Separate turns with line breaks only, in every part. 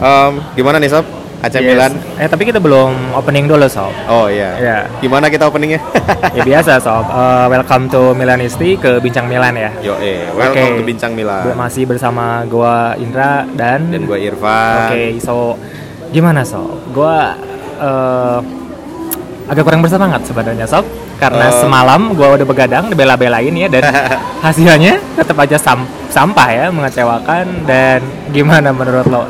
Gimana nih Sob? AC
Yes.
Milan.
Tapi kita belum opening dulu sob.
Oh iya.
Ya.
Gimana kita openingnya?
Ya biasa sob. Welcome to Milanisti ke Bincang Milan ya.
Yo welcome
Oke.
to Bincang Milan.
Masih bersama gua Indra dan
gue Irfan.
Oke, so gimana sob? Gua agak kurang bersemangat sebenarnya sob. Karena semalam gua udah begadang, dibela-belain ya, dan hasilnya tetap aja sampah ya, mengecewakan. Dan gimana menurut lo?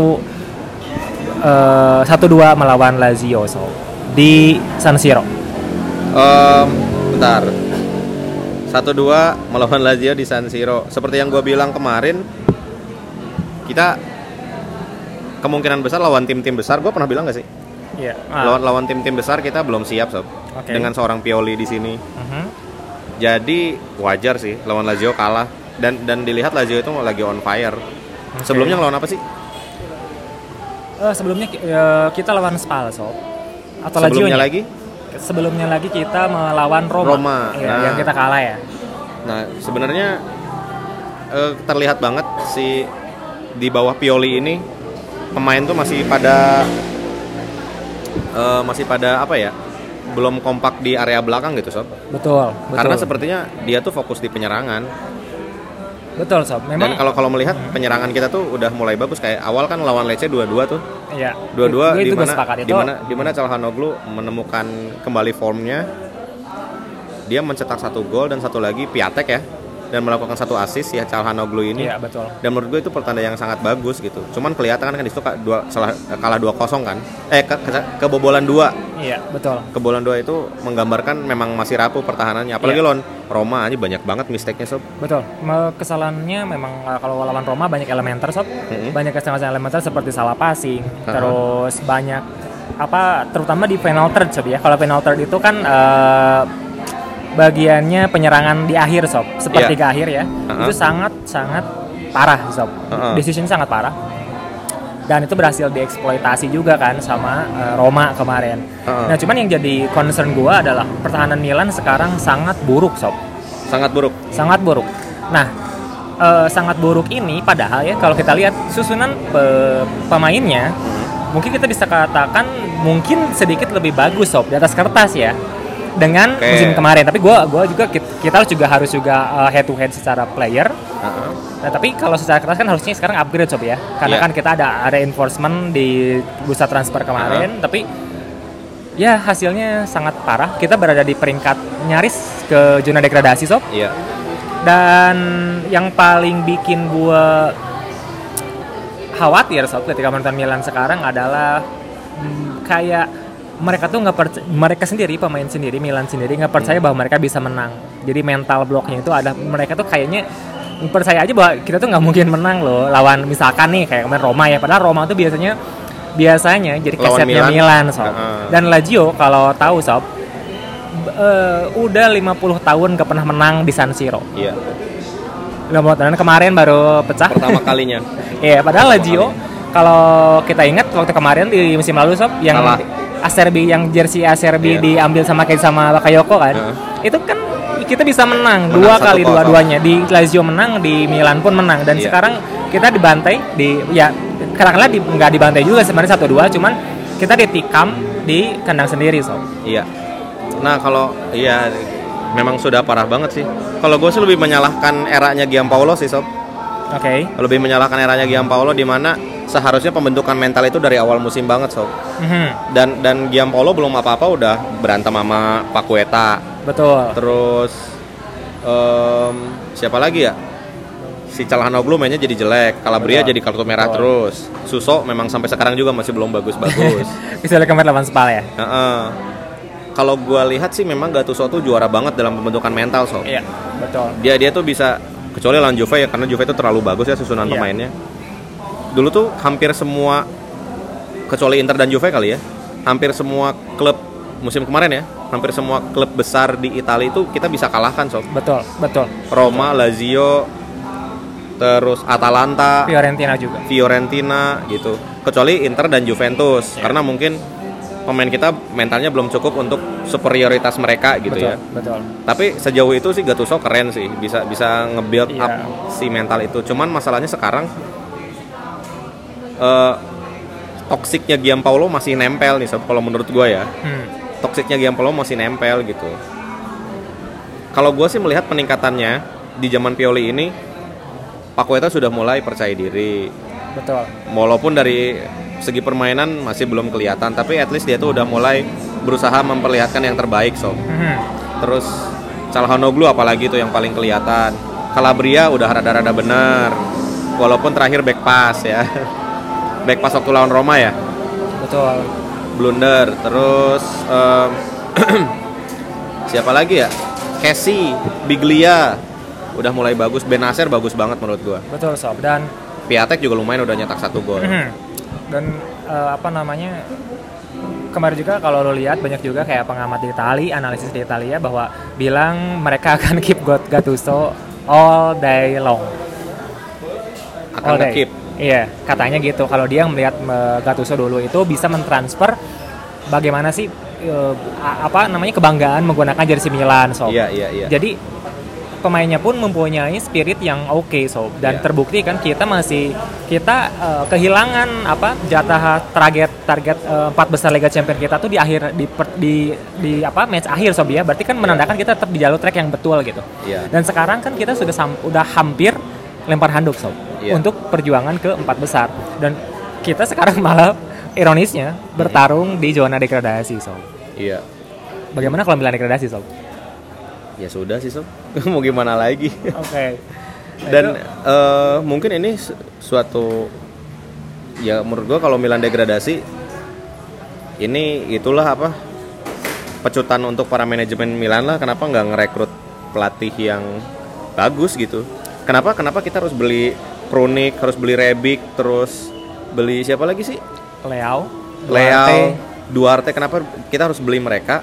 1-2 melawan Lazio sob di San Siro.
Bentar. 1-2 melawan Lazio di San Siro. Seperti yang gue bilang kemarin, kita kemungkinan besar lawan tim-tim besar. Gue pernah bilang gak sih?
Iya.
Lawan tim-tim besar kita belum siap sob.
Oke.
Dengan seorang Pioli di sini. Jadi wajar sih lawan Lazio kalah. Dan dilihat Lazio itu lagi on fire. Sebelumnya lawan apa sih?
Sebelumnya kita lawan Spal sob. Atau Lazio
Sebelumnya lagi?
Sebelumnya lagi kita melawan Roma. Ya,
Nah.
yang kita kalah ya.
Nah, sebenarnya terlihat banget si di bawah Pioli ini pemain tuh masih pada apa ya? Belum kompak di area belakang gitu, Sob.
Betul.
Karena sepertinya dia tuh fokus di penyerangan.
Betul, sob.
Dan
Memang
kalau melihat penyerangan kita tuh udah mulai bagus, kayak awal kan lawan Lecce 2-2 tuh.
iya.
2-2 di
Itu
mana Calhanoglu menemukan kembali formnya. Dia mencetak 1 gol dan 1 lagi Piatek ya, dan melakukan 1 assist ya Calhanoglu ini.
Iya, betul.
Dan menurut gue itu pertanda yang sangat bagus gitu. Cuman kelihatan kan di situ kalah 2-0 kan. Kebobolan 2.
Iya, betul.
Kebobolan 2 itu menggambarkan memang masih rapuh pertahanannya. Apalagi lawan Roma aja banyak banget mistake-nya, Sob.
Betul. Kesalahannya memang kalau lawan Roma banyak elementer sob. Banyak kesalahan elementer seperti salah passing, terus banyak terutama di final third sob ya. Kalau final third itu kan bagiannya penyerangan di akhir sob, sepertiga akhir ya. Itu sangat parah sob. Decision sangat parah. Dan itu berhasil dieksploitasi juga kan sama Roma kemarin. Nah, cuman yang jadi concern gue adalah pertahanan Milan sekarang sangat buruk sob.
Sangat buruk.
Sangat buruk. Nah, sangat buruk ini padahal ya kalau kita lihat susunan pemainnya, mungkin kita bisa katakan mungkin sedikit lebih bagus sob di atas kertas ya dengan musim kemarin. Tapi gue juga kita harus head to head secara player. Nah, tapi kalau secara kertas kan harusnya sekarang upgrade sob ya, karena kan kita ada reinforcement di bursa transfer kemarin. Tapi ya hasilnya sangat parah. Kita berada di peringkat nyaris ke zona degradasi sob.
Iya.
Dan yang paling bikin gue khawatir sob ketika menonton Milan sekarang adalah kayak mereka tuh mereka sendiri, pemain sendiri, Milan sendiri nggak percaya bahwa mereka bisa menang. Jadi mental blocknya itu ada, mereka tuh kayaknya percaya aja bahwa kita tuh nggak mungkin menang loh lawan misalkan nih kayak kemarin Roma ya. Padahal Roma tuh biasanya jadi kesetnya Milan sob. Dan Lazio kalau tahu sob, udah 50 tahun gak pernah menang di San Siro.
Iya.
50 tahun kemarin baru pecah.
Pertama kalinya.
Iya, padahal Lazio kalau kita ingat waktu kemarin di musim lalu sob yang Acerbi, yang jersey Acerbi diambil sama Bakayoko kan. Itu kan kita bisa menang 2 kali dua-duanya. Di Lazio menang, di Milan pun menang, dan sekarang kita dibantai kadang-kadang nggak dibantai juga sebenarnya 1-2, cuman kita ditikam di kandang sendiri sob.
Iya. Nah, kalau memang sudah parah banget sih. Kalau gue sih lebih menyalahkan eranya Giampaolo sih, Sob.
Oke.
Lebih menyalahkan eranya Giampaolo di mana seharusnya pembentukan mental itu dari awal musim banget, Sob. Dan Giampaolo belum apa-apa udah berantem sama Paqueta.
Betul.
Terus siapa lagi ya? Si Calhanoglu mainnya jadi jelek, Calabria jadi kartu merah terus. Suso memang sampai sekarang juga masih belum bagus-bagus.
Bisa kemarin lawan Spal ya?
Kalau gue lihat sih memang Gattuso tuh juara banget dalam pembentukan mental, Sob.
Iya, betul.
Dia tuh bisa, kecuali lawan Juve ya, karena Juve itu terlalu bagus ya susunan pemainnya. Dulu tuh hampir semua, kecuali Inter dan Juve kali ya, hampir semua klub musim kemarin ya, hampir semua klub besar di Italia itu kita bisa kalahkan, Sob.
Betul.
Roma, Lazio, terus Atalanta, Fiorentina gitu. Kecuali Inter dan Juventus, karena mungkin pemain kita mentalnya belum cukup untuk superioritas mereka gitu.
Betul.
Tapi sejauh itu sih Gattuso keren sih, bisa nge-build up si mental itu. Cuman masalahnya sekarang toksiknya Giampaolo masih nempel nih sob, kalau menurut gue ya. Toksiknya Giampaolo masih nempel gitu. Kalau gue sih melihat peningkatannya di zaman Pioli ini, Paqueta sudah mulai percaya diri.
Betul.
Walaupun dari segi permainan masih belum kelihatan, tapi at least dia tuh udah mulai berusaha memperlihatkan yang terbaik sob. Terus Calhanoglu apalagi tuh yang paling kelihatan. Calabria udah rada-rada benar. Walaupun terakhir back pass ya. Back pass waktu lawan Roma ya.
Betul.
Blunder. Terus siapa lagi ya? Casey, Biglia udah mulai bagus. Benacer bagus banget menurut gua.
Betul sob. Dan
Piatek juga lumayan udah nyetak 1 gol.
Dan kemarin juga kalau lo lihat banyak juga kayak pengamat di Itali, analisis di Italia bahwa bilang mereka akan keep Gattuso all day long.
Akan keep.
Iya, katanya gitu. Kalau dia melihat Gattuso dulu itu bisa mentransfer bagaimana sih kebanggaan menggunakan jersey Milan, so.
Iya.
Jadi pemainnya pun mempunyai spirit yang oke, so. Dan terbukti kan kita kehilangan jatah target 4 besar Liga Champions kita tuh di akhir di match akhir, so ya. Berarti kan menandakan kita tetap di jalur track yang betul gitu. Dan sekarang kan kita sudah hampir lempar handuk, so. Untuk perjuangan ke 4 besar. Dan kita sekarang malah ironisnya bertarung di zona degradasi, so.
Iya.
Bagaimana kalau Milan degradasi, so?
Ya sudah sih sob. Mau gimana lagi?
Oke.
Dan mungkin ini suatu, ya menurut gua kalau Milan degradasi ini itulah pecutan untuk para manajemen Milan lah. Kenapa nggak ngerekrut pelatih yang bagus gitu? Kenapa kita harus beli Krunic, harus beli Rebic, terus beli siapa lagi sih?
Leao,
Duarte. Kenapa kita harus beli mereka?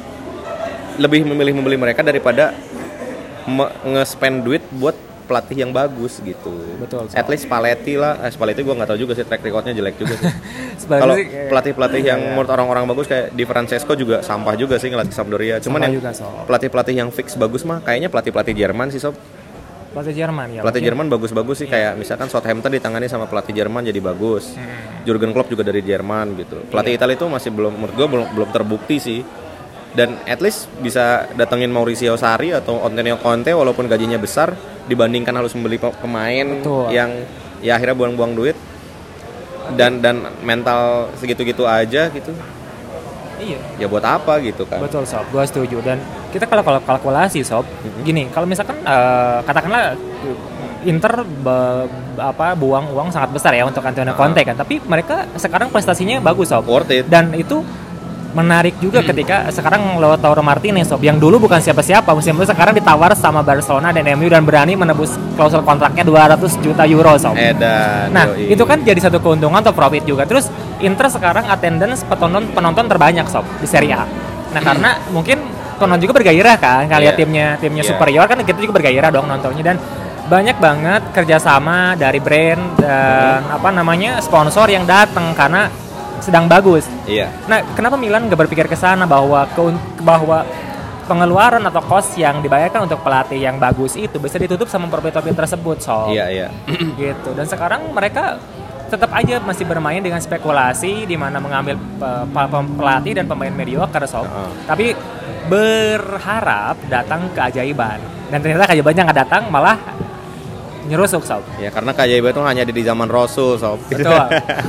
Lebih memilih membeli mereka daripada nge-spend duit buat pelatih yang bagus gitu.
Betul.
At least Spalletti lah. Spalletti gue nggak tahu juga sih, track recordnya jelek juga sih. Kalau pelatih-pelatih yang menurut orang-orang bagus kayak Di Francesco juga sampah juga sih ngelatih Sampdoria. Cuman yang pelatih-pelatih yang fix bagus mah kayaknya pelatih-pelatih Jerman sih sob.
Pelatih Jerman ya.
Pelatih Jerman bagus-bagus sih, kayak misalkan Southampton ditangani sama pelatih Jerman jadi bagus. Jurgen Klopp juga dari Jerman gitu. Pelatih Italia itu masih menurut gue belum terbukti sih. Dan at least bisa datengin Mauricio Sarri atau Antonio Conte walaupun gajinya besar dibandingkan harus membeli pemain yang ya akhirnya buang-buang duit dan mental segitu-gitu aja gitu.
Iya.
Ya buat apa gitu kan?
Betul sob, gue setuju. Dan kita kalau kalkulasi sob, gini, kalau misalkan katakanlah Inter buang uang sangat besar ya untuk Antonio Conte kan, tapi mereka sekarang prestasinya bagus sob.
Worth it.
Dan itu menarik juga ketika sekarang Lautaro Martinez sob, yang dulu bukan siapa-siapa musim lalu sekarang ditawar sama Barcelona dan MU dan berani menebus klausul kontraknya 200 juta euro sob. Itu kan jadi satu keuntungan atau profit juga. Terus Inter sekarang attendance penonton terbanyak sob di Serie A. Nah karena mungkin penonton juga bergairah kan, lihat timnya superior kan, kita juga bergairah dong nontonnya. Dan banyak banget kerjasama dari brand dan sponsor yang datang karena sedang bagus.
Iya.
Nah, kenapa Milan nggak berpikir ke sana bahwa pengeluaran atau cost yang dibayarkan untuk pelatih yang bagus itu bisa ditutup sama profit-profit tersebut, so.
Iya.
Gitu. Dan sekarang mereka tetap aja masih bermain dengan spekulasi di mana mengambil pelatih dan pemain mediocre, so. Tapi berharap datang keajaiban. Dan ternyata keajaibannya nggak datang, malah nyerusuk, so.
Ya karena keajaiban itu hanya di zaman Rasul, so.
Betul.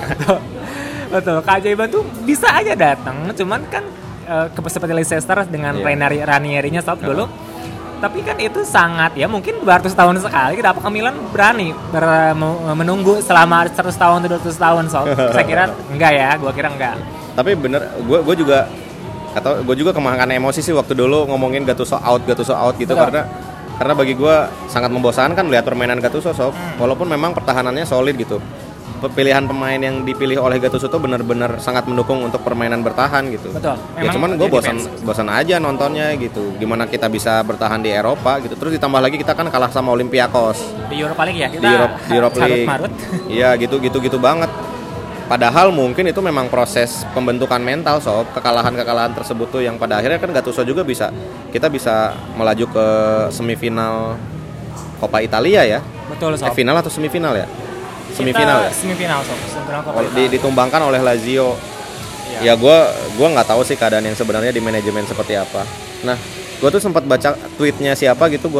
Betul, keajaiban tuh bisa aja datang, cuman kan seperti Leicester dengan Ranieri-nya stop dulu. Tapi kan itu sangat ya mungkin 200 tahun sekali. Apakah Milan berani menunggu selama 100 tahun atau 200 tahun? Saya kira enggak ya, gua kira enggak.
Tapi bener, gue juga kemakan emosi sih waktu dulu ngomongin Gattuso out gitu. Karena bagi gue sangat membosankan melihat permainan Gattuso, sob. Walaupun memang pertahanannya solid gitu. Pilihan pemain yang dipilih oleh Gattuso itu benar-benar sangat mendukung untuk permainan bertahan gitu.
Betul.
Ya cuman gue bosan aja nontonnya gitu. Gimana kita bisa bertahan di Eropa gitu. Terus ditambah lagi kita kan kalah sama Olympiakos
di Europa League ya. Kita
di Europa League. Iya gitu banget. Padahal mungkin itu memang proses pembentukan mental, sob. Kekalahan tersebut tuh yang pada akhirnya kan Gattuso juga kita bisa melaju ke semifinal Coppa Italia ya.
Betul, sob.
Final atau semifinal ya? Semifinal ya?
Semifinal sob. Semifinal Coppa
Ditumbangkan oleh Lazio. Ya gue nggak tahu sih keadaan yang sebenarnya di manajemen seperti apa. Nah, gue tuh sempat baca tweetnya siapa gitu,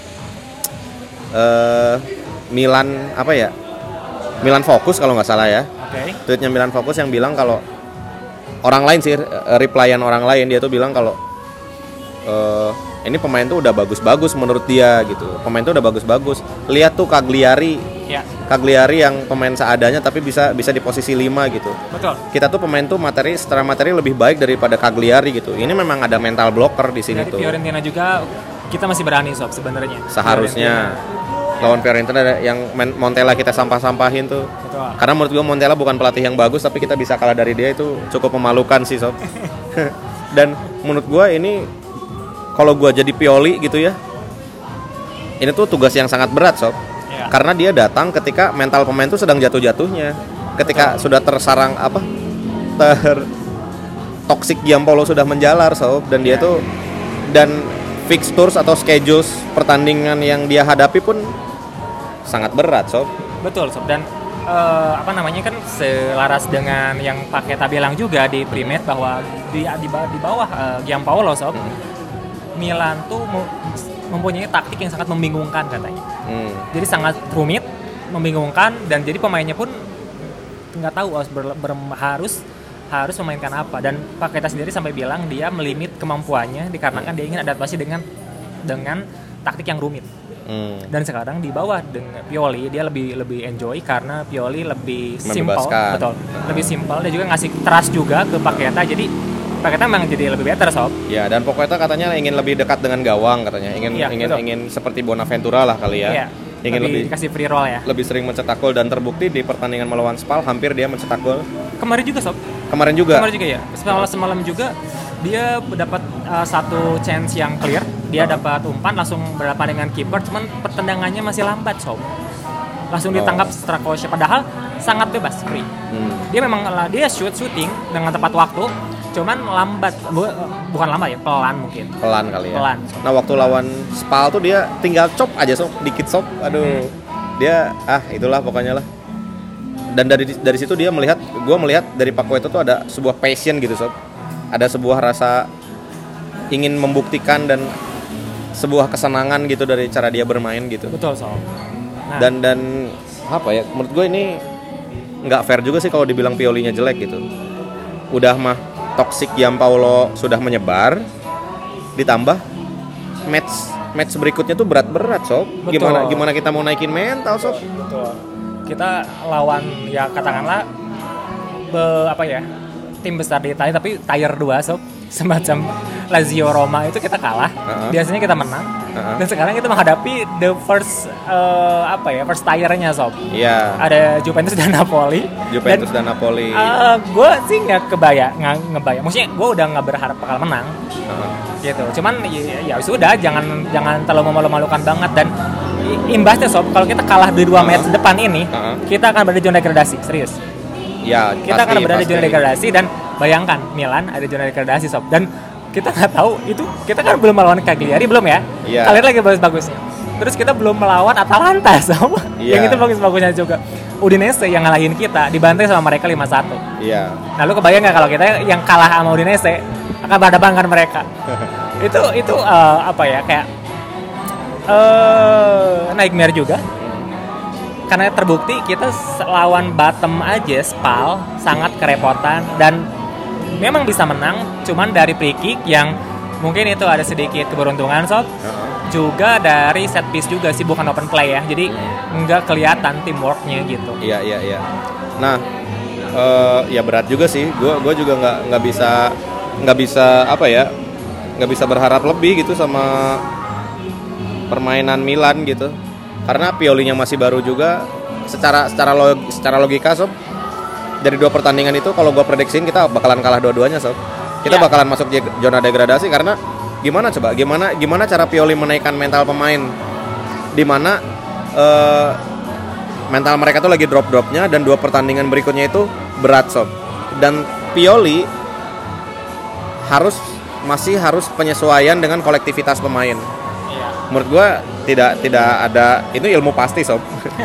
Milan apa ya? Milan Focus kalau nggak salah ya.
Oke.
Tweetnya Milan Focus yang bilang kalau orang lain sih, replyan orang lain, dia tuh bilang kalau ini pemain tuh udah bagus-bagus menurut dia gitu. Pemain tuh udah bagus-bagus. Lihat tuh Cagliari.
Ya.
Cagliari yang pemain seadanya tapi bisa di posisi 5 gitu.
Betul.
Kita tuh pemain tuh secara materi lebih baik daripada Cagliari gitu. Ini memang ada mental blocker di sini
Dari
tuh.
Fiorentina juga kita masih berani sob sebenarnya.
Seharusnya lawan Fiorentina ada yang Montella kita sampah-sampahin tuh.
Betul.
Karena menurut gua Montella bukan pelatih yang bagus, tapi kita bisa kalah dari dia itu cukup memalukan sih sob. Dan menurut gua ini kalau gua jadi Pioli gitu ya, ini tuh tugas yang sangat berat sob.
Ya.
Karena dia datang ketika mental pemain tuh sedang jatuh-jatuhnya. Ketika sudah tersarang toxic Giampaolo sudah menjalar sob, dan dia tuh dan fixtures atau schedules pertandingan yang dia hadapi pun sangat berat sob.
Betul sob, dan kan selaras dengan yang pakai tabelang juga di Primet bahwa di bawah Giampaolo sob, Milan tuh mempunyai taktik yang sangat membingungkan katanya. Jadi sangat rumit, membingungkan, dan jadi pemainnya pun nggak tahu harus memainkan apa. Dan Paqueta sendiri sampai bilang dia melimit kemampuannya dikarenakan dia ingin adaptasi dengan taktik yang rumit. Dan sekarang di bawah dengan Pioli dia lebih enjoy karena Pioli lebih simple, betul, lebih simple. Dia juga ngasih trust juga ke Paqueta, jadi Paqueta memang jadi lebih better sob.
Ya, dan Paqueta katanya ingin lebih dekat dengan gawang katanya, ingin seperti Bonaventura lah kali ya.
Iya.
Ingin lebih
dikasih free roll ya.
Lebih sering mencetak gol, dan terbukti di pertandingan melawan Spal hampir dia mencetak gol.
Kemarin juga sob.
Kemarin juga ya.
Semalam juga dia dapat satu chance yang clear. Dia dapat umpan langsung berhadapan dengan kiper, cuman pertendangannya masih lambat sob. Langsung ditangkap Strakosha, padahal sangat bebas free. Dia memang shooting dengan tepat waktu, cuman lambat, bukan lambat ya, pelan mungkin. Pelan kali ya. Pelan.
Nah, waktu lawan Spal tuh dia tinggal chop aja sob, dikit sob. Aduh. Dia itulah pokoknya lah. Dan dari situ gue melihat dari Paqueta tuh ada sebuah passion gitu sob. Ada sebuah rasa ingin membuktikan dan sebuah kesenangan gitu dari cara dia bermain gitu.
Betul sob. Nah.
Dan apa ya, menurut gue ini nggak fair juga sih kalau dibilang Piolinya jelek gitu. Udah mah toxic Giampaolo sudah menyebar, ditambah match berikutnya tuh berat-berat sob.
Betul.
Gimana kita mau naikin mental sob?
Betul. Kita lawan ya katakanlah tim besar di Italia tapi tier 2 sob, semacam Lazio, Roma itu kita kalah. Biasanya kita menang. Dan sekarang kita menghadapi the first tier-nya sob.
Iya.
Ada Juventus dan Napoli. Gue sih nggak ngebayang. Maksudnya gue udah nggak berharap bakal menang. Gitu. Cuman ya sudah, jangan terlalu memalu-malukan banget. Dan imbasnya sob, kalau kita kalah di 2 match depan ini, kita akan berada di zona degradasi, serius.
Ya,
kita akan berada di zona degradasi, dan bayangkan Milan ada di zona degradasi sob, dan kita nggak tahu itu, kita kan belum melawan Cagliari belum ya?
Yeah.
Kalian lagi bagus-bagusnya. Terus kita belum melawan Atalanta sob, yang itu bagus-bagusnya juga. Udinese yang ngalahin kita dibantai sama mereka 5-1.
Iya.
Nah, lu kebayang nggak kalau kita yang kalah sama Udinese akan berhadapan dengan mereka? itu kayak nightmare juga. Karena terbukti kita lawan bottom aja Spal sangat kerepotan, dan memang bisa menang cuman dari free kick yang mungkin itu ada sedikit keberuntungan sob. Juga dari set piece juga sih, bukan open play ya. Jadi nggak kelihatan teamworknya gitu.
Iya. Nah, ya berat juga sih. Gue juga nggak bisa berharap lebih gitu sama permainan Milan gitu. Karena Piolinya masih baru juga. Secara logika sob, dari 2 pertandingan itu kalau gue prediksiin kita bakalan kalah dua-duanya sob. Kita bakalan masuk zona degradasi. Karena gimana cara Pioli menaikkan mental pemain, dimana mental mereka tuh lagi drop-dropnya, dan 2 pertandingan berikutnya itu berat sob. Dan Pioli masih harus penyesuaian dengan kolektivitas pemain. Menurut gue tidak ada, itu ilmu pasti sob.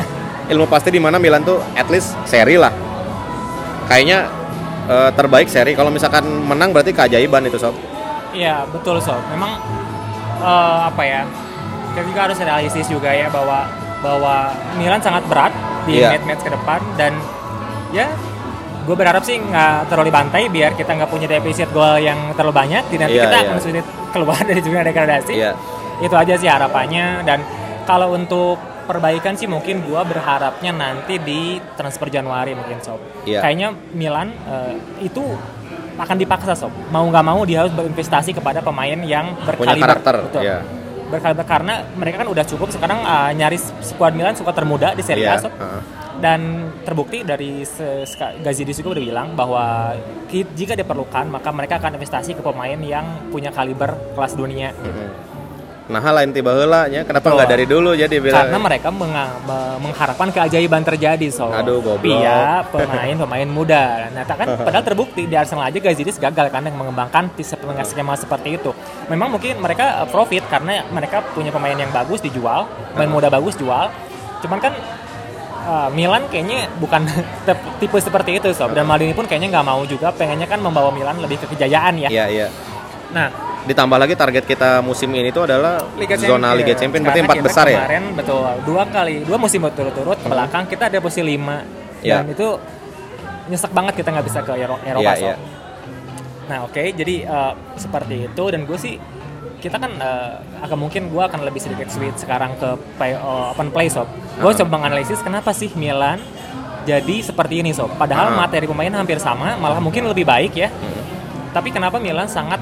ilmu pasti di mana Milan tuh at least seri lah. Kayaknya terbaik seri. Kalau misalkan menang berarti keajaiban itu Sob.
Iya betul Sob. Memang apa ya? Kita juga harus realistis juga ya bahwa Milan sangat berat di match-match ke depan dan ya gue berharap sih nggak terlalu dibantai biar kita nggak punya defisit gol yang terlalu banyak. Nanti kita akan sulit keluar dari zona degradasi. Itu aja sih harapannya. Dan kalau untuk perbaikan sih mungkin gue berharapnya nanti di transfer Januari mungkin Sob. Kayaknya Milan itu akan dipaksa Sob. Mau nggak mau dia harus berinvestasi kepada pemain yang berkaliber.
Punya karakter.
Berkaliber karena mereka kan udah cukup sekarang nyaris skuad Milan skuad termuda di Serie A Sob. Dan terbukti dari Gazidis juga udah bilang bahwa jika diperlukan maka mereka akan investasi ke pemain yang punya kaliber kelas dunia.
Nah lain tiba heula nya kenapa nggak dari dulu jadi bilang.
Karena mereka mengharapkan keajaiban terjadi
Aduh goblok.
Iya pemain muda. Nah kan padahal terbukti di Arsenal aja Gazidis gagal kan yang mengembangkan skema seperti itu. Memang mungkin mereka profit karena mereka punya pemain yang bagus dijual, pemain muda bagus jual. Cuman kan Milan kayaknya bukan tipe seperti itu Sob. Dan Maldini pun kayaknya nggak mau juga, pengennya kan membawa Milan lebih ke kejayaan ya.
Iya.
Nah
ditambah lagi target kita musim ini itu adalah zona Liga Champions, berarti 4 besar ya.
Kemarin betul 2 musim berturut-turut ke belakang kita ada posisi 5 dan itu nyesek banget kita nggak bisa ke Eropa Sob. Nah oke, jadi seperti itu dan gue sih kita kan mungkin gue akan lebih sedikit switch sekarang ke open play Sob. Gue coba menganalisis kenapa sih Milan jadi seperti ini Sob. Padahal materi pemain hampir sama, malah mungkin lebih baik ya. Tapi kenapa Milan sangat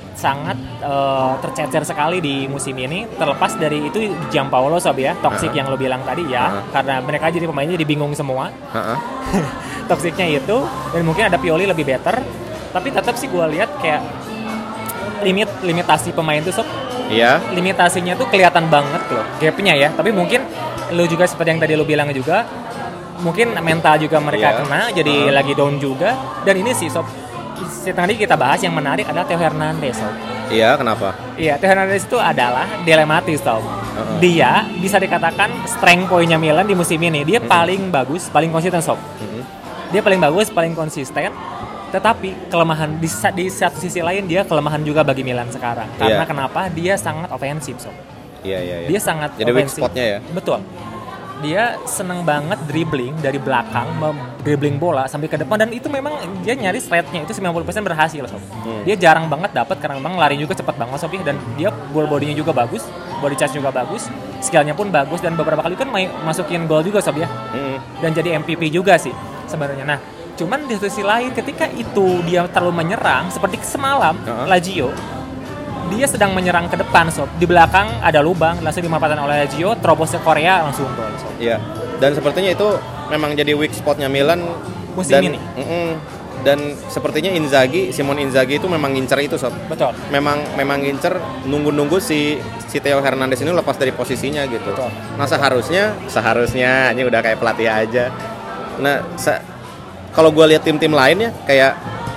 tercecer sekali di musim ini, terlepas dari itu Gianpaolo Sob ya, toksik yang lo bilang tadi ya, karena mereka jadi pemainnya jadi bingung semua. Toksiknya itu, dan mungkin ada Pioli lebih better, tapi tetap sih gue lihat kayak limitasi pemain itu Sob. Iya. Limitasinya tuh kelihatan banget loh, gapnya ya. Tapi mungkin lo juga seperti yang tadi lo bilang juga, mungkin mental juga mereka kena, jadi lagi down juga. Dan ini sih Sob, tadi kita bahas yang menarik adalah Theo Hernandez Sob.
Iya, kenapa?
Iya, Theo Hernandez itu adalah dilematis Sob. Dia bisa dikatakan strength point-nya Milan di musim ini. Dia paling bagus, paling konsisten Sob. Dia paling bagus, paling konsisten. Tetapi kelemahan di satu sisi lain dia kelemahan juga bagi Milan sekarang. Karena kenapa? Dia sangat ofensif Sob.
Iya.
Dia sangat
jadi weak spot-nya ya.
Betul. Dia seneng banget dribbling dari belakang, dribbling bola sampai ke depan, dan itu memang dia nyaris rate-nya itu 90% berhasil Sob. Dia jarang banget dapat karena memang lari juga cepat banget Sob, dan dia body-nya juga bagus, body charge juga bagus, skill-nya pun bagus, dan beberapa kali kan masukin gol juga Sob ya. Dan jadi MVP juga sih sebenarnya. Nah, cuman di sisi lain ketika itu dia terlalu menyerang seperti semalam Lazio, dia sedang menyerang ke depan Sob, di belakang ada lubang, langsung dimanfaatkan oleh Lazio, terobosnya Korea langsung gol Sob.
Iya. Dan sepertinya itu memang jadi weak spotnya Milan
musim ini.
Dan sepertinya Simone Inzaghi itu memang ngincer itu Sob.
Betul.
Memang ngincer, nunggu si Theo Hernandez ini lepas dari posisinya gitu.
Betul.
Nah seharusnya ini udah kayak pelatih aja. Nah kalau gue lihat tim-tim lain ya, kayak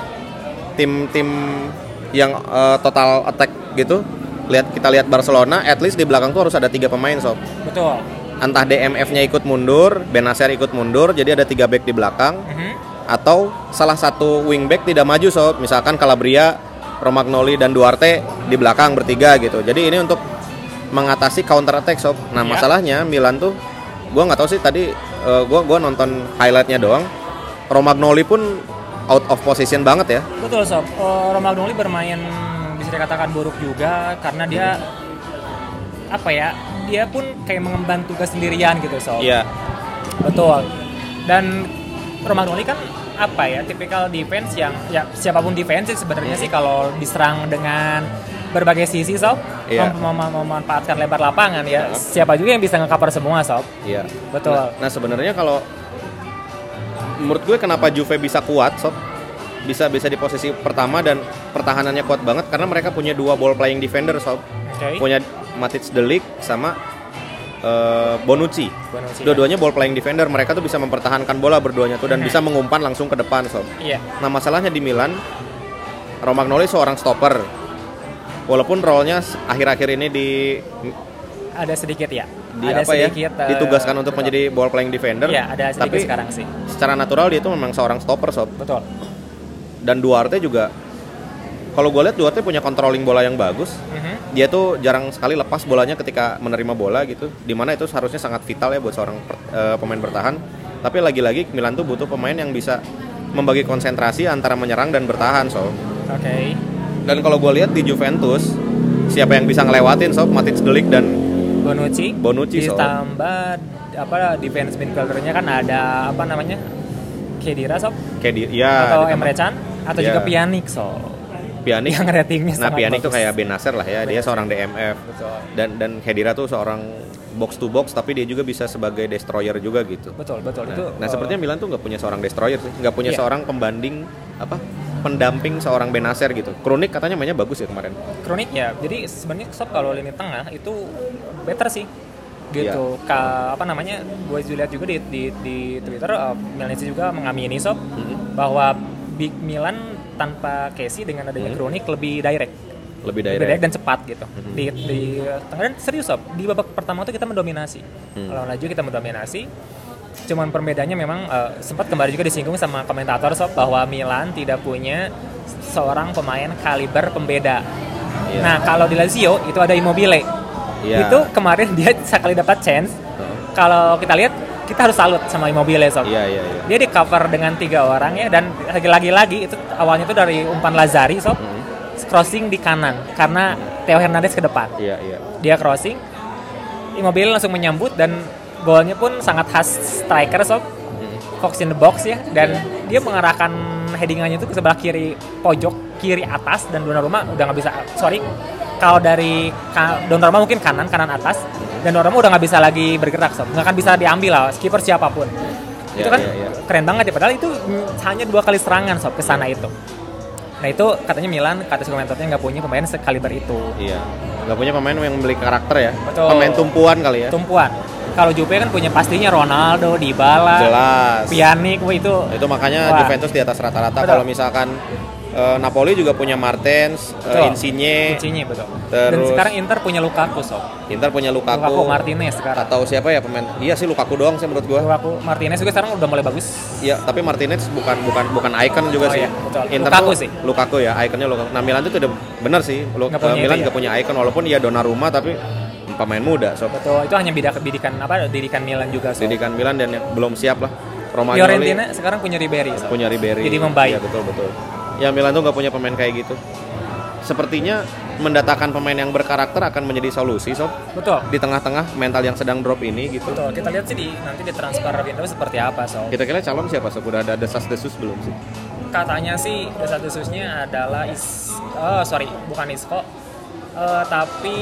tim-tim yang total attack gitu, kita lihat Barcelona, at least di belakang tuh harus ada 3 pemain Sob.
Betul.
Entah DMF-nya ikut mundur, Benacer ikut mundur, jadi ada 3 back di belakang, atau salah satu wing back tidak maju Sob. Misalkan Calabria, Romagnoli dan Duarte di belakang bertiga gitu. Jadi ini untuk mengatasi counter attack Sob. Nah masalahnya Milan tuh, gue nggak tahu sih tadi, gue nonton highlightnya doang. Romagnoli pun out of position banget ya.
Betul Sob. Romagnoli bermain bisa dikatakan buruk juga karena dia dia pun kayak mengemban tugas sendirian gitu Sob.
Iya.
Betul. Dan Romagnoli kan tipikal defense yang ya siapapun defense sebenarnya sih kalau diserang dengan berbagai sisi Sob, memanfaatkan lebar lapangan ya. Siapa juga yang bisa nge-cover semua Sob.
Iya.
Betul.
Nah sebenarnya kalau menurut gue kenapa Juve bisa kuat Sob, bisa di posisi pertama dan pertahanannya kuat banget karena mereka punya 2 ball playing defender Sob. Punya Matic De Ligt sama Bonucci. Dua-duanya ball playing defender, mereka tuh bisa mempertahankan bola berduanya tuh dan bisa mengumpan langsung ke depan Sob. Nah masalahnya di Milan, Romagnoli seorang stopper, walaupun role-nya akhir-akhir ini ada
ada sedikit,
ditugaskan untuk menjadi ball playing defender.
Iya, ada sedikit
tapi
sekarang sih.
Secara natural dia itu memang seorang stopper, Sob.
Betul.
Dan Duarte juga, kalau gue lihat Duarte punya controlling bola yang bagus. Dia tuh jarang sekali lepas bolanya ketika menerima bola gitu, dimana itu seharusnya sangat vital ya buat seorang pemain bertahan. Tapi lagi-lagi Milan tuh butuh pemain yang bisa membagi konsentrasi antara menyerang dan bertahan, Sob.
Oke.
Dan kalau gue lihat di Juventus, siapa yang bisa ngelewatin, Sob? Matic, De Ligt dan Bonucci, Sob.
Ditambah defense midfielder-nya kan ada Khedira, Sob. Atau Emre Can atau juga Pjanic, Sob.
Pjanic
yang ratingnya sangat
Pjanic
bagus.
tuh kayak Benacer lah ya. Dia seorang DMF.
Betul.
Dan Khedira tuh seorang box to box, tapi dia juga bisa sebagai destroyer juga gitu.
Betul.
Nah, sepertinya Milan tuh nggak punya seorang destroyer sih, nggak punya seorang pembanding pendamping seorang Benacer gitu. Krunic katanya mainnya bagus ya kemarin.
Krunic ya. Jadi sebenarnya Sob kalau lini tengah itu better sih. Gitu. Gue lihat juga di Twitter, Milanese juga mengamini Sob bahwa Big Milan tanpa Kessie dengan adanya Krunic lebih direct dan cepat gitu. Di tengah, dan serius Sob, di babak pertama tuh kita mendominasi. Lawan Lazio kita mendominasi. Cuman perbedaannya memang sempat kembali juga disinggung sama komentator Sob bahwa Milan tidak punya seorang pemain kaliber pembeda. Nah, kalau di Lazio itu ada Immobile. Itu kemarin dia sekali dapat chance. Kalau kita lihat, kita harus salut sama Immobile, Sob. Dia di cover dengan 3 orang ya, dan lagi-lagi itu awalnya itu dari umpan Lazzari, Sob. Crossing di kanan karena Theo Hernandez ke depan. Dia crossing, Immobile langsung menyambut, dan golnya pun sangat khas striker, Sob. Fox in the box ya, dan dia mengarahkan headingannya itu ke sebelah kiri pojok kiri atas, dan Donnarumma udah nggak bisa. Kalau dari Donnarumma mungkin kanan atas, dan Donnarumma udah nggak bisa lagi bergerak, Sob. Nggak akan bisa diambil lah skipper siapapun. Itu kan keren banget ya, padahal itu hanya 2 kali serangan, Sob, ke sana itu. Nah, itu katanya Milan, kata komentatornya nggak punya pemain sekaliber itu.
Nggak punya pemain yang memiliki karakter ya.
Betul.
Pemain tumpuan kali ya.
Tumpuan. Kalau Juve kan punya pastinya Ronaldo, Dybala,
jelas.
Pjanic, itu
makanya Juventus di atas rata-rata. Kalau misalkan Napoli juga punya Martens, Insigne,
betul.
Terus,
dan sekarang Inter punya Lukaku, Sob.
Inter punya Lukaku,
Martinez sekarang.
Atau siapa ya pemain? Iya sih, Lukaku doang sih menurut gua.
Lukaku, Martinez juga sekarang udah mulai bagus.
Iya, tapi Martinez bukan icon juga sih.
Iya, betul.
Inter
Lukaku
tuh,
sih.
Lukaku ya, iconnya Lukaku. Nah, Milan itu udah benar sih. Milan nggak punya icon, walaupun ya Donnarumma, tapi pemain muda, Sob.
Betul, itu hanya didikan Milan juga, Sob.
Didikan Milan dan belum siap lah. Romagnoli.
Fiorentina sekarang punya Ribery, Sob. Jadi membaik.
Iya, betul. Ya, Milan tuh nggak punya pemain kayak gitu. Sepertinya mendatangkan pemain yang berkarakter akan menjadi solusi, Sob.
Betul.
Di tengah-tengah mental yang sedang drop ini gitu.
Betul. Kita lihat sih nanti di transfer window seperti apa, Sob.
Kira-kira calon siapa, Sob? Udah ada desas-desus belum sih?
Katanya sih desas-desusnya adalah bukan Isco. Tapi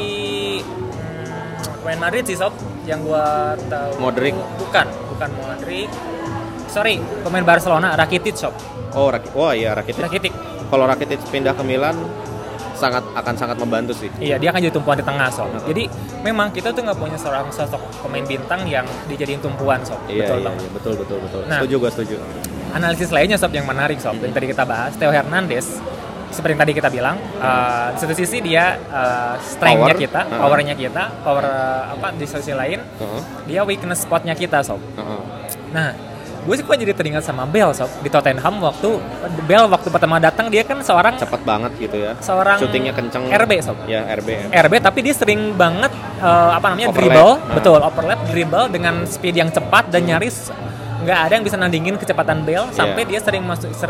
pemain Madrid sih, Sob. Yang gua tahu
Modric.
Bukan Modric. Pemain Barcelona, Rakitic, Sob.
Rakitic. Kalau Rakitic pindah ke Milan akan sangat membantu sih.
Iya, dia akan jadi tumpuan di tengah, Sob. Jadi memang kita tuh nggak punya seorang sosok pemain bintang yang dijadiin tumpuan, Sob.
Betul.
Nah,
Gue setuju.
Analisis lainnya, Sob, yang menarik, Sob, yang tadi kita bahas, Theo Hernandez. Seperti yang tadi kita bilang, di satu sisi dia strength-nya kita, power-nya kita, di sisi lain dia weakness spot-nya kita, Sob. Nah, gue sih jadi teringat sama Bale, Sob, di Tottenham waktu pertama datang dia kan seorang
cepat banget gitu ya.
Seorang
shootingnya kenceng.
RB, Sob.
Ya, RB,
tapi dia sering banget
overlap.
dribble, betul, overlap, dribble dengan speed yang cepat dan nyaris nggak ada yang bisa nandingin kecepatan Bale sampai dia sering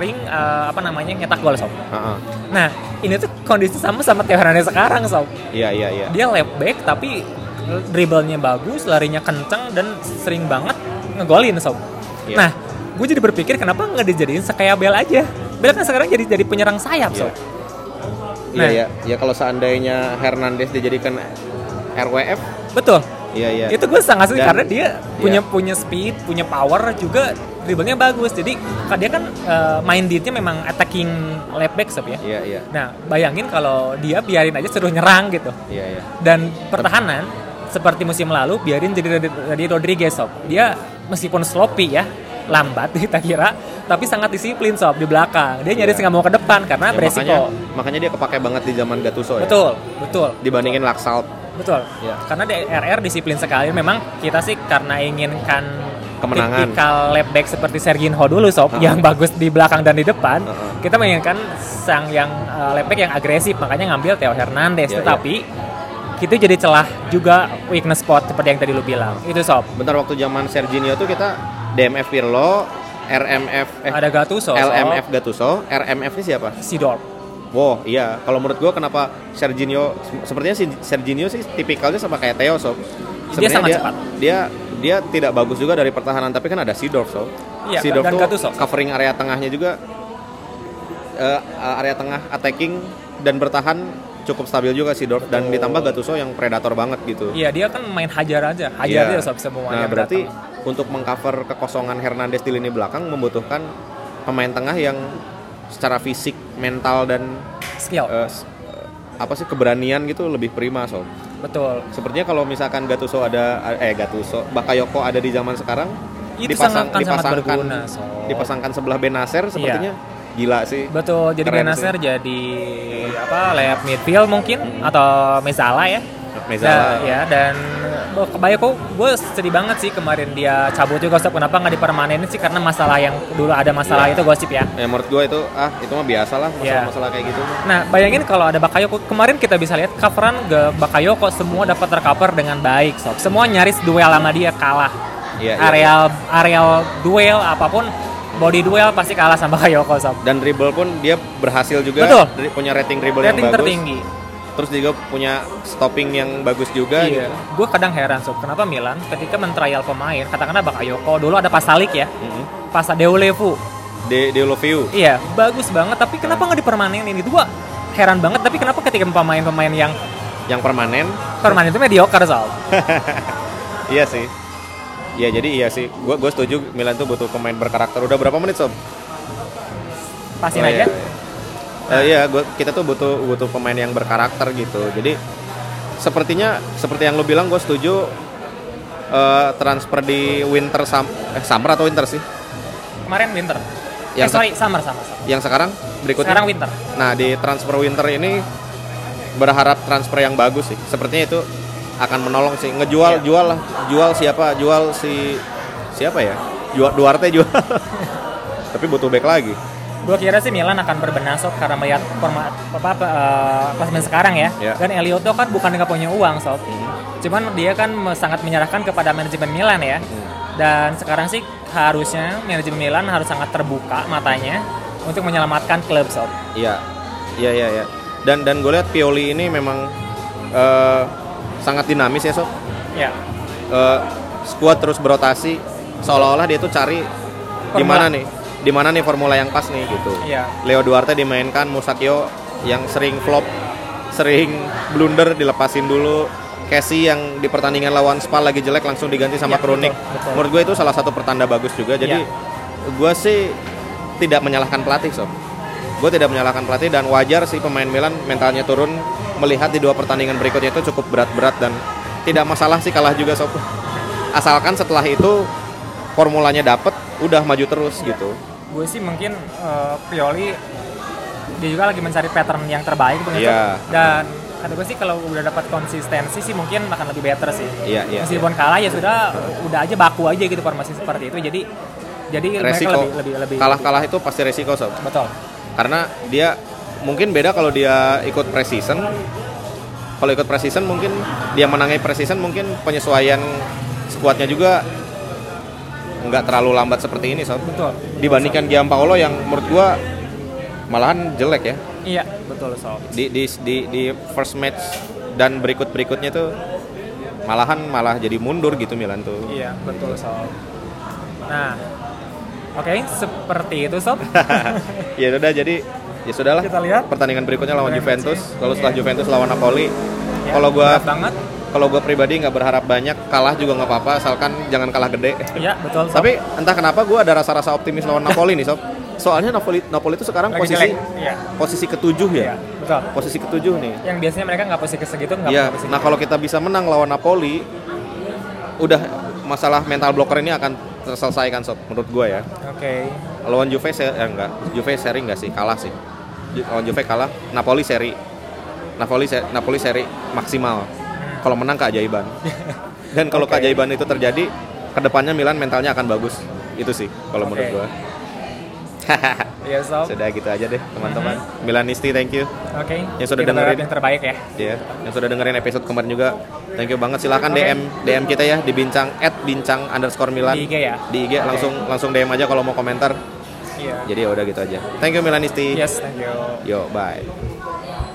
nyetak gol, Sob. Nah, ini tuh kondisi sama Theo Hernandez sekarang, Sob.
Iya.
Dia left back tapi dribblenya bagus, larinya kencang dan sering banget ngegolin, Sob. Nah, gue jadi berpikir kenapa nggak dijadiin kayak Bale aja. Bale kan sekarang jadi penyerang sayap, Sob.
Iya. Kalau seandainya Hernandez dijadikan RWF,
betul.
Iya.
Itu gue sangat setuju karena dia punya speed, punya power juga, dribblenya bagus. Jadi dia kan mindednya memang attacking left back, Sob ya.
Iya.
Nah, bayangin kalau dia biarin aja suruh nyerang gitu.
Iya.
Dan pertahanan seperti musim lalu biarin jadi Rodriguez, Sob. Dia meskipun sloppy ya, lambat kita kira, tapi sangat disiplin, Sob, di belakang. Dia nyaris nggak mau ke depan karena beresiko.
Makanya dia kepake banget di zaman Gattuso ya.
Betul.
Dibandingin Laxalt.
Betul.
Ya.
Karena di RR disiplin sekali. Memang kita sih karena inginkan
Kemenangan.
tipikal left back seperti Serginho dulu sob, yang bagus di belakang dan di depan. Kita menginginkan sang yang left back yang agresif, makanya ngambil Theo Hernandez.
Ya,
Tetapi itu jadi celah juga weakness spot seperti yang tadi lu bilang. Itu sob.
Bentar, waktu zaman Serginho tuh kita DMF Pirlo,
Ada Gattuso,
LMF Gattuso, RMF ini siapa?
Seedorf.
Wow, iya. Kalau menurut gua kenapa Serginho, sepertinya si Serginho sih tipikalnya sama kayak Theo, sob.
Dia sangat cepat.
Dia tidak bagus juga dari pertahanan, tapi kan ada Seedorf, sob.
Iya,
Seedorf
dan
tuh
Gattuso.
covering area tengahnya juga, area tengah attacking dan bertahan cukup stabil juga Seedorf, dan ditambah Gattuso yang predator banget gitu.
Iya, dia kan main hajar aja dia sob semuanya.
Nah, berarti untuk mengcover kekosongan Hernandez di lini belakang membutuhkan pemain tengah yang secara fisik, mental dan
skill.
Keberanian gitu lebih prima, sob.
Betul.
Sepertinya kalau misalkan Bakayoko ada di zaman sekarang,
Itu sangat berguna, sob.
dipasangkan sebelah Benacer, sepertinya gila sih.
Betul. Jadi
Keren
Benacer
sih.
jadi left midfield mungkin atau Mezzala ya.
Mezzala.
Ya, dan Bakayoko gue sedih banget sih kemarin dia cabut juga. Kenapa nggak dipermanenin sih? Karena masalah yang dulu ada masalah itu gosip ya.
Ya menurut gue itu mah biasa lah masalah kayak gitu.
Nah, bayangin kalau ada Bakayoko, kemarin kita bisa lihat coveran Bakayoko semua dapat tercover dengan baik, sob. Semua nyaris duel sama dia kalah. Areal duel apapun, body duel pasti kalah sama Bakayoko, sob.
Dan dribble pun dia berhasil juga.
Betul.
Punya rating dribble yang bagus.
Tertinggi.
Terus juga punya stopping yang bagus juga.
Iya.
Gitu.
Gue kadang heran, sob, kenapa Milan ketika men-trial pemain, katakanlah Bakayoko, dulu ada Pasalic ya, Deulofeu.
Deulofeu.
Iya, bagus banget, tapi kenapa nggak dipermanenin? Itu gue heran banget, tapi kenapa ketika pemain-pemain yang
permanen
itu mediocre, sob.
Iya sih. Iya, jadi iya sih. Gue setuju Milan tuh butuh pemain berkarakter. Udah berapa menit, sob?
Pasin aja.
Iya, kita tuh butuh pemain yang berkarakter gitu. Jadi seperti yang lo bilang, gue setuju transfer di summer atau winter sih?
Kemarin winter. Summer.
Yang sekarang berikutnya?
Sekarang winter.
Nah, di transfer winter ini berharap transfer yang bagus sih. Sepertinya itu akan menolong sih. Jual siapa? Jual siapa ya? Duarte jual. Tapi butuh back lagi.
Gue kira sih Milan akan berbenah, sob, karena melihat klasemen sekarang ya. Dan Elioto kan bukan nggak punya uang, sob. Cuman dia kan sangat menyerahkan kepada manajemen Milan ya. Dan sekarang sih harusnya manajemen Milan harus sangat terbuka matanya untuk menyelamatkan klub, sob.
Iya. Dan gue lihat Pioli ini memang sangat dinamis ya, sob.
Iya.
Skuad terus berotasi, seolah-olah dia tuh cari di mana nih formula yang pas nih gitu.
Iya.
Leo Duarte dimainkan, Musakio yang sering flop, sering blunder dilepasin dulu. Casey yang di pertandingan lawan Spal lagi jelek langsung diganti sama Kronik. Menurut gue itu salah satu pertanda bagus juga. Jadi gue sih tidak menyalahkan pelatih, sob. Gue tidak menyalahkan pelatih, dan wajar sih pemain Milan mentalnya turun melihat di 2 pertandingan berikutnya itu cukup berat-berat, dan tidak masalah sih kalah juga, sob. Asalkan setelah itu formulanya dapet, udah maju terus gitu.
Gue sih mungkin Pioli dia juga lagi mencari pattern yang terbaik dan kata gue sih kalau udah dapat konsistensi sih mungkin akan lebih better sih. Meskipun kalah ya sudah, udah aja baku aja gitu formasi seperti itu. Jadi
resiko.
mereka lebih
kalah itu pasti resiko, sob.
Betul.
Karena dia mungkin beda kalau dia ikut preseason. Kalau ikut preseason mungkin dia menangi preseason, mungkin penyesuaian skuadnya juga nggak terlalu lambat seperti ini, sob.
Betul.
Dibandingkan Giampaolo yang menurut gua malahan jelek ya.
Iya, betul, sob.
Di first match dan berikutnya tuh malah jadi mundur gitu Milan tuh.
Iya, betul, sob. Nah, oke, seperti itu, sob.
Ya udah, jadi ya sudahlah.
Kita lihat
pertandingan berikutnya lawan Juventus. Kalau setelah Juventus lawan Napoli.
Ya, kalau
gue pribadi nggak berharap banyak, kalah juga nggak apa-apa, asalkan jangan kalah gede.
Iya, betul, sob.
Tapi entah kenapa gue ada rasa-rasa optimis lawan Napoli nih, sob. Soalnya Napoli itu sekarang posisi ke-7 ya.
Iya, betul.
Posisi ke-7 nih.
Yang biasanya mereka nggak posisi segitu, nggak.
Iya. Nah, kalau kita bisa menang lawan Napoli, udah masalah mental blocker ini akan terselesaikan, sob, menurut gue ya.
Oke.
Lawan Juve Juve seri nggak sih? Kalah sih. Lawan Juve kalah, Napoli seri. Napoli seri maksimal. kalau menang keajaiban. Dan kalau
Oke.
keajaiban itu terjadi, kedepannya Milan mentalnya akan bagus. Itu sih kalau menurut
Oke.
gua.
Iya sob.
Sudah gitu aja deh teman-teman. Milanisti, thank you.
Oke.
Yang sudah
Kita berharap
dengerin.
yang terbaik ya.
Ya, yang sudah dengerin episode kemarin juga, thank you banget. Silakan
Oke.
DM kita ya di @bincang_Milan
Di IG ya?
Di IG
Oke.
langsung DM aja kalau mau komentar.
Iya.
Jadi ya udah gitu aja. Thank you Milanisti.
Yes, thank you.
Yo, bye.